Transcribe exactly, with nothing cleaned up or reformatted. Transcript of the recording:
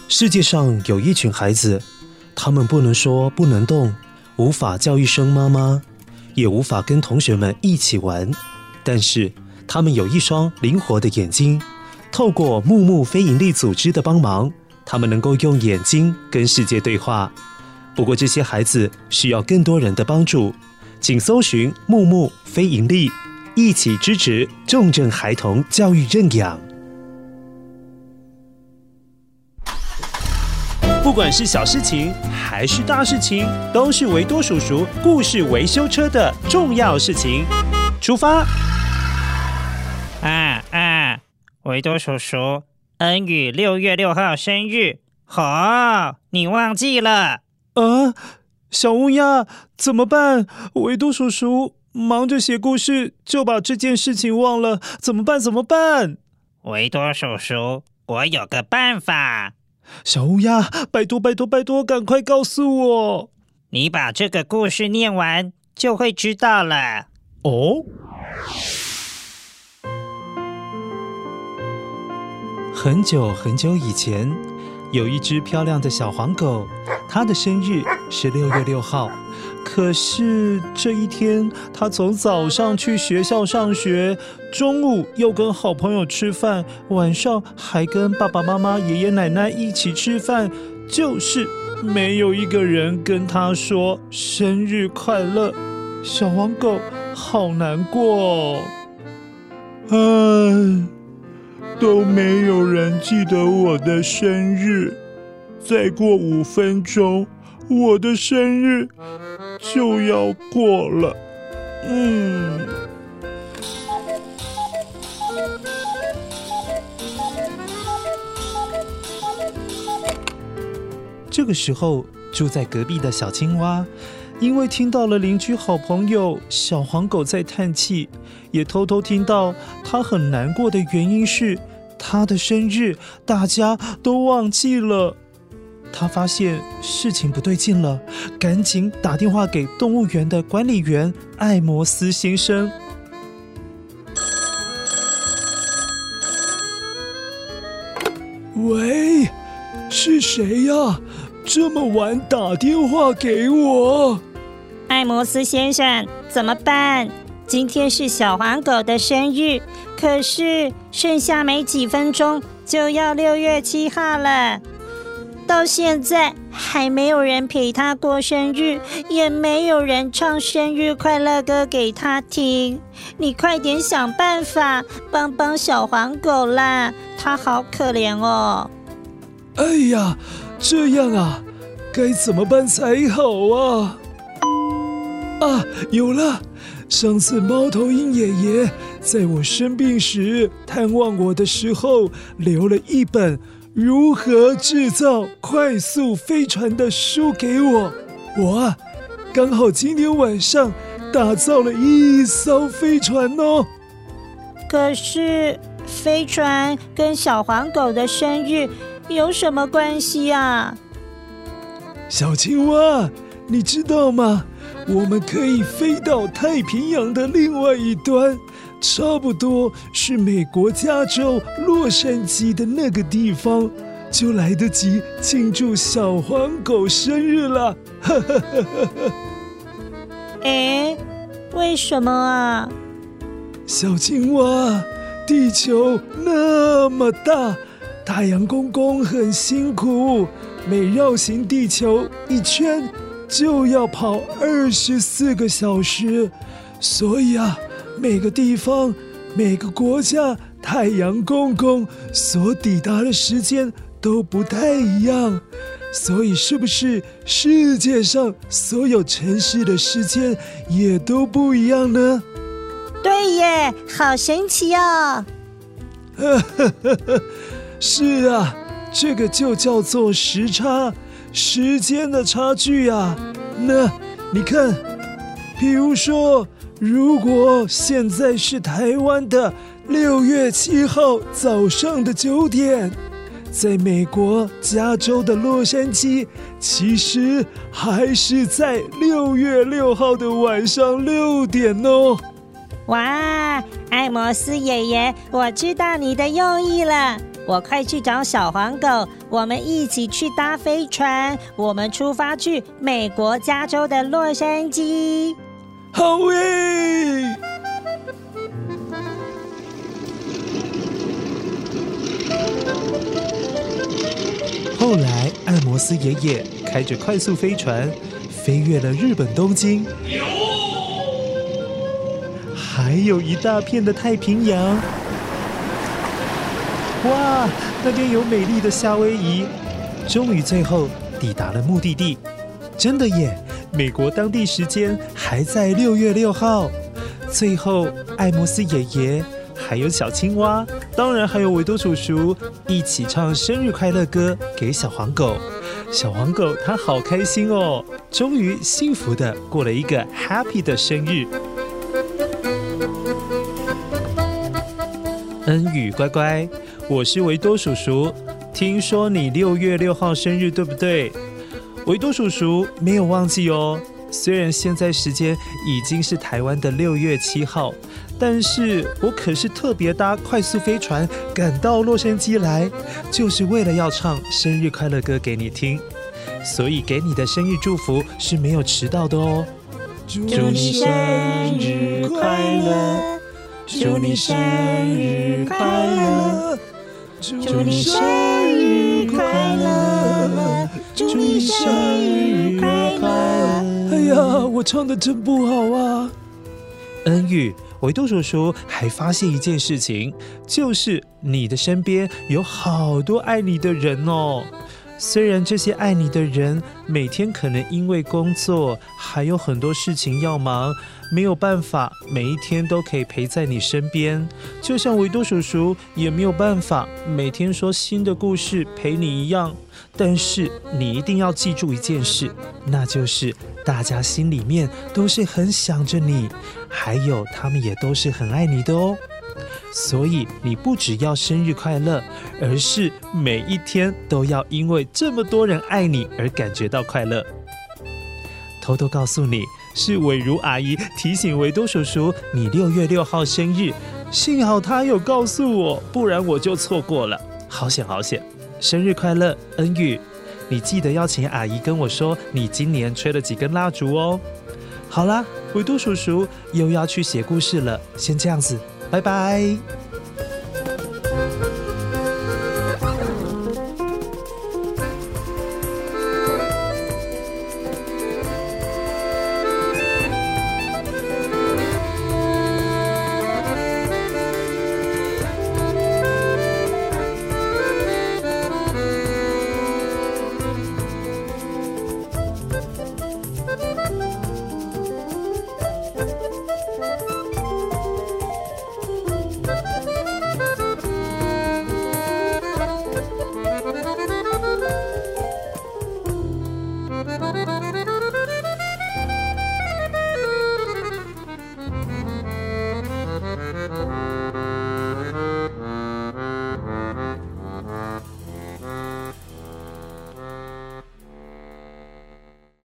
世界上有一群孩子，他们不能说不能动，无法叫一声妈妈，也无法跟同学们一起玩，但是他们有一双灵活的眼睛，透过木木非营利组织的帮忙，他们能够用眼睛跟世界对话。不过这些孩子需要更多人的帮助，请搜寻木木非营利，一起支持重症孩童教育认养。不管是小事情还是大事情，都是维多叔叔故事维修车的重要事情。出发！ 啊啊！维多叔叔，恩宇六月六号生日，哦，你忘记了？ 啊，小乌鸦，怎么办？维多叔叔忙着写故事，就把这件事情忘了，怎么办？怎么办？ 维多叔叔，我有个办法。 小乌鸦，拜托拜托拜托，赶快告诉我！ 你把这个故事念完，就会知道了。 哦。很久很久以前，有一只漂亮的小黄狗，它的生日是六月六号。可是这一天，它从早上去学校上学，中午又跟好朋友吃饭，晚上还跟爸爸妈妈、爷爷奶奶一起吃饭，就是没有一个人跟它说生日快乐。小黄狗好难过哦。唉，都没有人记得我的生日，再过五分钟，我的生日就要过了。嗯。这个时候，住在隔壁的小青蛙，因为听到了邻居好朋友小黄狗在叹气，也偷偷听到他很难过的原因是他的生日大家都忘记了。他发现事情不对劲了，赶紧打电话给动物园的管理员艾摩斯先生。喂，是谁呀？这么晚打电话给我？ 艾摩斯先生，怎么办？今天是小黄狗的生日，可是剩下没几分钟就要六月七号了，到现在还没有人陪他过生日，也没有人唱生日快乐歌给他听。你快点想办法帮帮小黄狗啦，他好可怜哦。 哎呀，这样啊，该怎么办才好啊？啊，有了！上次猫头鹰爷爷在我生病时探望我的时候，留了一本如何制造快速飞船的书给我。我啊，刚好今天晚上打造了一艘飞船哦。 可是飞船跟小黄狗的生日有什么关系啊？ 小青蛙，你知道吗？我们可以飞到太平洋的另外一端，差不多是美国加州洛杉矶的那个地方，就来得及庆祝小黄狗生日了。 诶，为什么啊？ 小青蛙，地球那么大，太阳公公很辛苦，每绕行地球一圈就要跑二十四个小时，所以啊，每个地方、每个国家，太阳公公所抵达的时间都不太一样。所以，是不是世界上所有城市的时间也都不一样呢？ 对耶，好神奇哦！ 是啊，这个就叫做时差。时间的差距啊，那你看，比如说，如果现在是台湾的六月七号早上的九点，在美国加州的洛杉矶，其实还是在六月六号的晚上六点哦。 哇，艾摩斯爷爷，我知道你的用意了。 我快去找小黄狗，我们一起去搭飞船，我们出发去美国加州的洛杉矶。 好耶！后来，艾摩斯爷爷开着快速飞船，飞越了日本东京，还有一大片的太平洋。哇，那边有美丽的夏威夷。终于最后抵达了目的地，真的耶！美国当地时间还在六月六号。最后，艾摩斯爷爷还有小青蛙，当然还有维多叔叔一起唱生日快乐歌给小黄狗。小黄狗它好开心哦，终于幸福的过了一个 happy 的生日。恩宇乖乖，我是维多叔叔，听说你六月六号生日对不对？维多叔叔没有忘记哦，虽然现在时间已经是台湾的六月七号，但是我可是特别搭快速飞船赶到洛杉矶来，就是为了要唱生日快乐歌给你听，所以给你的生日祝福是没有迟到的哦。祝你生日快乐，祝你生日快乐，祝你生日快乐，祝你生日快乐。哎呀，我唱得真不好啊！恩宇，维多叔叔还发现一件事情，就是你的身边有好多爱你的人哦。虽然这些爱你的人每天可能因为工作还有很多事情要忙，没有办法每一天都可以陪在你身边，就像维多叔叔也没有办法每天说新的故事陪你一样。但是你一定要记住一件事，那就是大家心里面都是很想着你，还有他们也都是很爱你的哦。所以你不只要生日快乐，而是每一天都要因为这么多人爱你而感觉到快乐。偷偷告诉你，是伟如阿姨提醒维多叔叔你六月六号生日，幸好她有告诉我，不然我就错过了，好险好险！生日快乐，恩宇！你记得要请阿姨跟我说你今年吹了几根蜡烛哦。好啦，维多叔叔又要去写故事了，先这样子，拜拜。